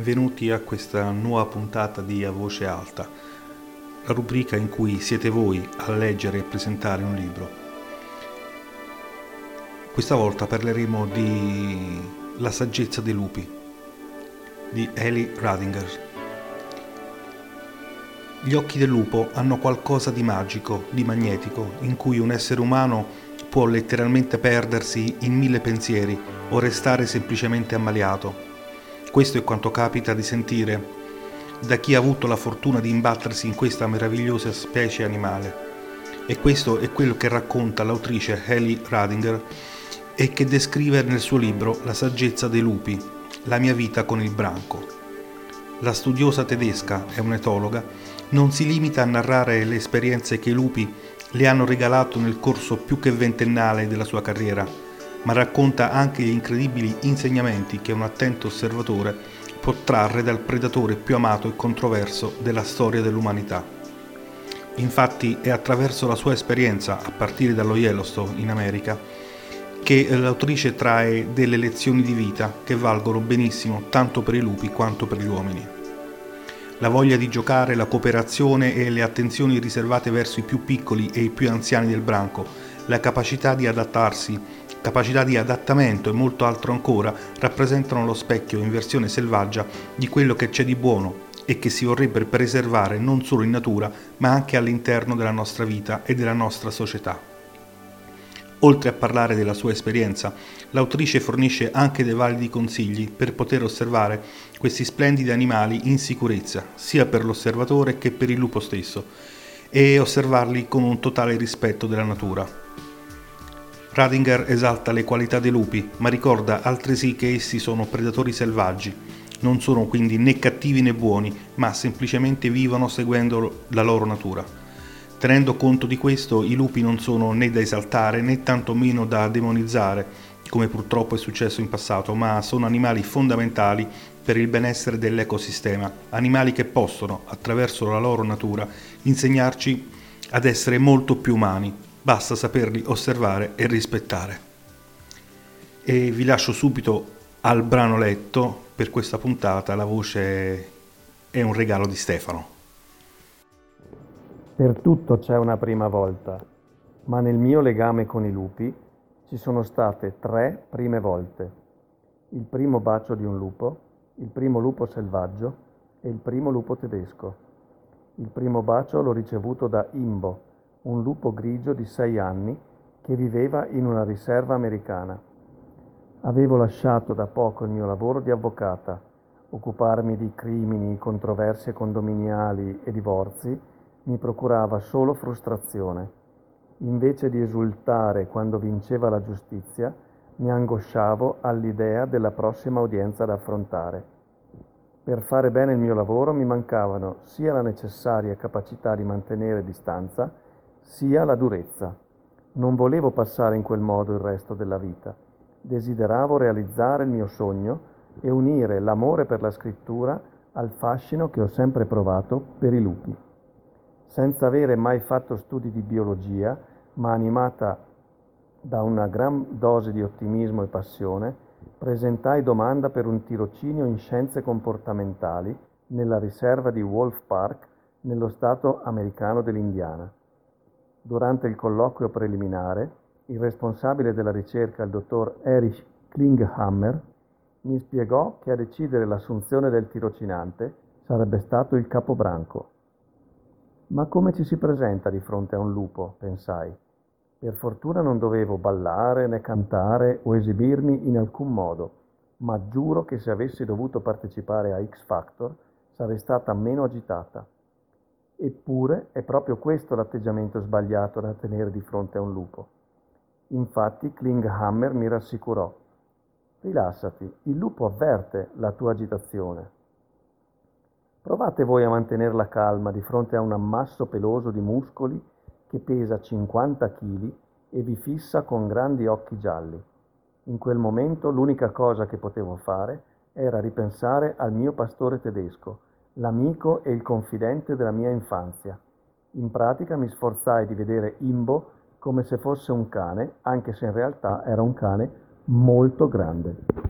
benvenuti a questa nuova puntata di A Voce Alta, la rubrica in cui siete voi a leggere e presentare un libro. Questa volta parleremo di La saggezza dei lupi, di Eli Radinger. Gli occhi del lupo hanno qualcosa di magico, di magnetico, in cui un essere umano può letteralmente perdersi in mille pensieri o restare semplicemente ammaliato. Questo è quanto capita di sentire da chi ha avuto la fortuna di imbattersi in questa meravigliosa specie animale. E questo è quello che racconta l'autrice Eli Radinger e che descrive nel suo libro La saggezza dei lupi, la mia vita con il branco. La studiosa tedesca, è un'etologa, non si limita a narrare le esperienze che i lupi le hanno regalato nel corso più che ventennale della sua carriera, ma racconta anche gli incredibili insegnamenti che un attento osservatore può trarre dal predatore più amato e controverso della storia dell'umanità. Infatti è attraverso la sua esperienza, a partire dallo Yellowstone in America, che l'autrice trae delle lezioni di vita che valgono benissimo tanto per i lupi quanto per gli uomini. La voglia di giocare, la cooperazione e le attenzioni riservate verso i più piccoli e i più anziani del branco, la capacità di adattarsi, capacità di adattamento e molto altro ancora rappresentano lo specchio in versione selvaggia di quello che c'è di buono e che si vorrebbe preservare non solo in natura ma anche all'interno della nostra vita e della nostra società. Oltre a parlare della sua esperienza, l'autrice fornisce anche dei validi consigli per poter osservare questi splendidi animali in sicurezza, sia per l'osservatore che per il lupo stesso, e osservarli con un totale rispetto della natura. Radinger esalta le qualità dei lupi, ma ricorda altresì che essi sono predatori selvaggi, non sono quindi né cattivi né buoni, ma semplicemente vivono seguendo la loro natura. Tenendo conto di questo, i lupi non sono né da esaltare né tantomeno da demonizzare, come purtroppo è successo in passato, ma sono animali fondamentali per il benessere dell'ecosistema, animali che possono, attraverso la loro natura, insegnarci ad essere molto più umani, basta saperli osservare e rispettare. E vi lascio subito al brano letto. Per questa puntata la voce è un regalo di Stefano. Per tutto c'è una prima volta, ma nel mio legame con i lupi ci sono state 3 prime volte. Il primo bacio di un lupo, il primo lupo selvaggio e il primo lupo tedesco. Il primo bacio l'ho ricevuto da Imbo, un lupo grigio di 6 anni che viveva in una riserva americana. Avevo lasciato da poco il mio lavoro di avvocata. Occuparmi di crimini, controversie condominiali e divorzi mi procurava solo frustrazione. Invece di esultare quando vinceva la giustizia, mi angosciavo all'idea della prossima udienza da affrontare. Per fare bene il mio lavoro mi mancavano sia la necessaria capacità di mantenere distanza, sia la durezza. Non volevo passare in quel modo il resto della vita. Desideravo realizzare il mio sogno e unire l'amore per la scrittura al fascino che ho sempre provato per i lupi. Senza avere mai fatto studi di biologia, ma animata da una gran dose di ottimismo e passione, presentai domanda per un tirocinio in scienze comportamentali nella riserva di Wolf Park, nello stato americano dell'Indiana. Durante il colloquio preliminare, il responsabile della ricerca, il dottor Erich Klinghammer, mi spiegò che a decidere l'assunzione del tirocinante sarebbe stato il capobranco. Ma come ci si presenta di fronte a un lupo, pensai. Per fortuna non dovevo ballare né cantare o esibirmi in alcun modo, ma giuro che se avessi dovuto partecipare a X Factor sarei stata meno agitata. Eppure è proprio questo l'atteggiamento sbagliato da tenere di fronte a un lupo. Infatti Klinghammer mi rassicurò. Rilassati, il lupo avverte la tua agitazione. Provate voi a mantenere la calma di fronte a un ammasso peloso di muscoli che pesa 50 kg e vi fissa con grandi occhi gialli. In quel momento l'unica cosa che potevo fare era ripensare al mio pastore tedesco, l'amico e il confidente della mia infanzia. In pratica mi sforzai di vedere Imbo come se fosse un cane, anche se in realtà era un cane molto grande.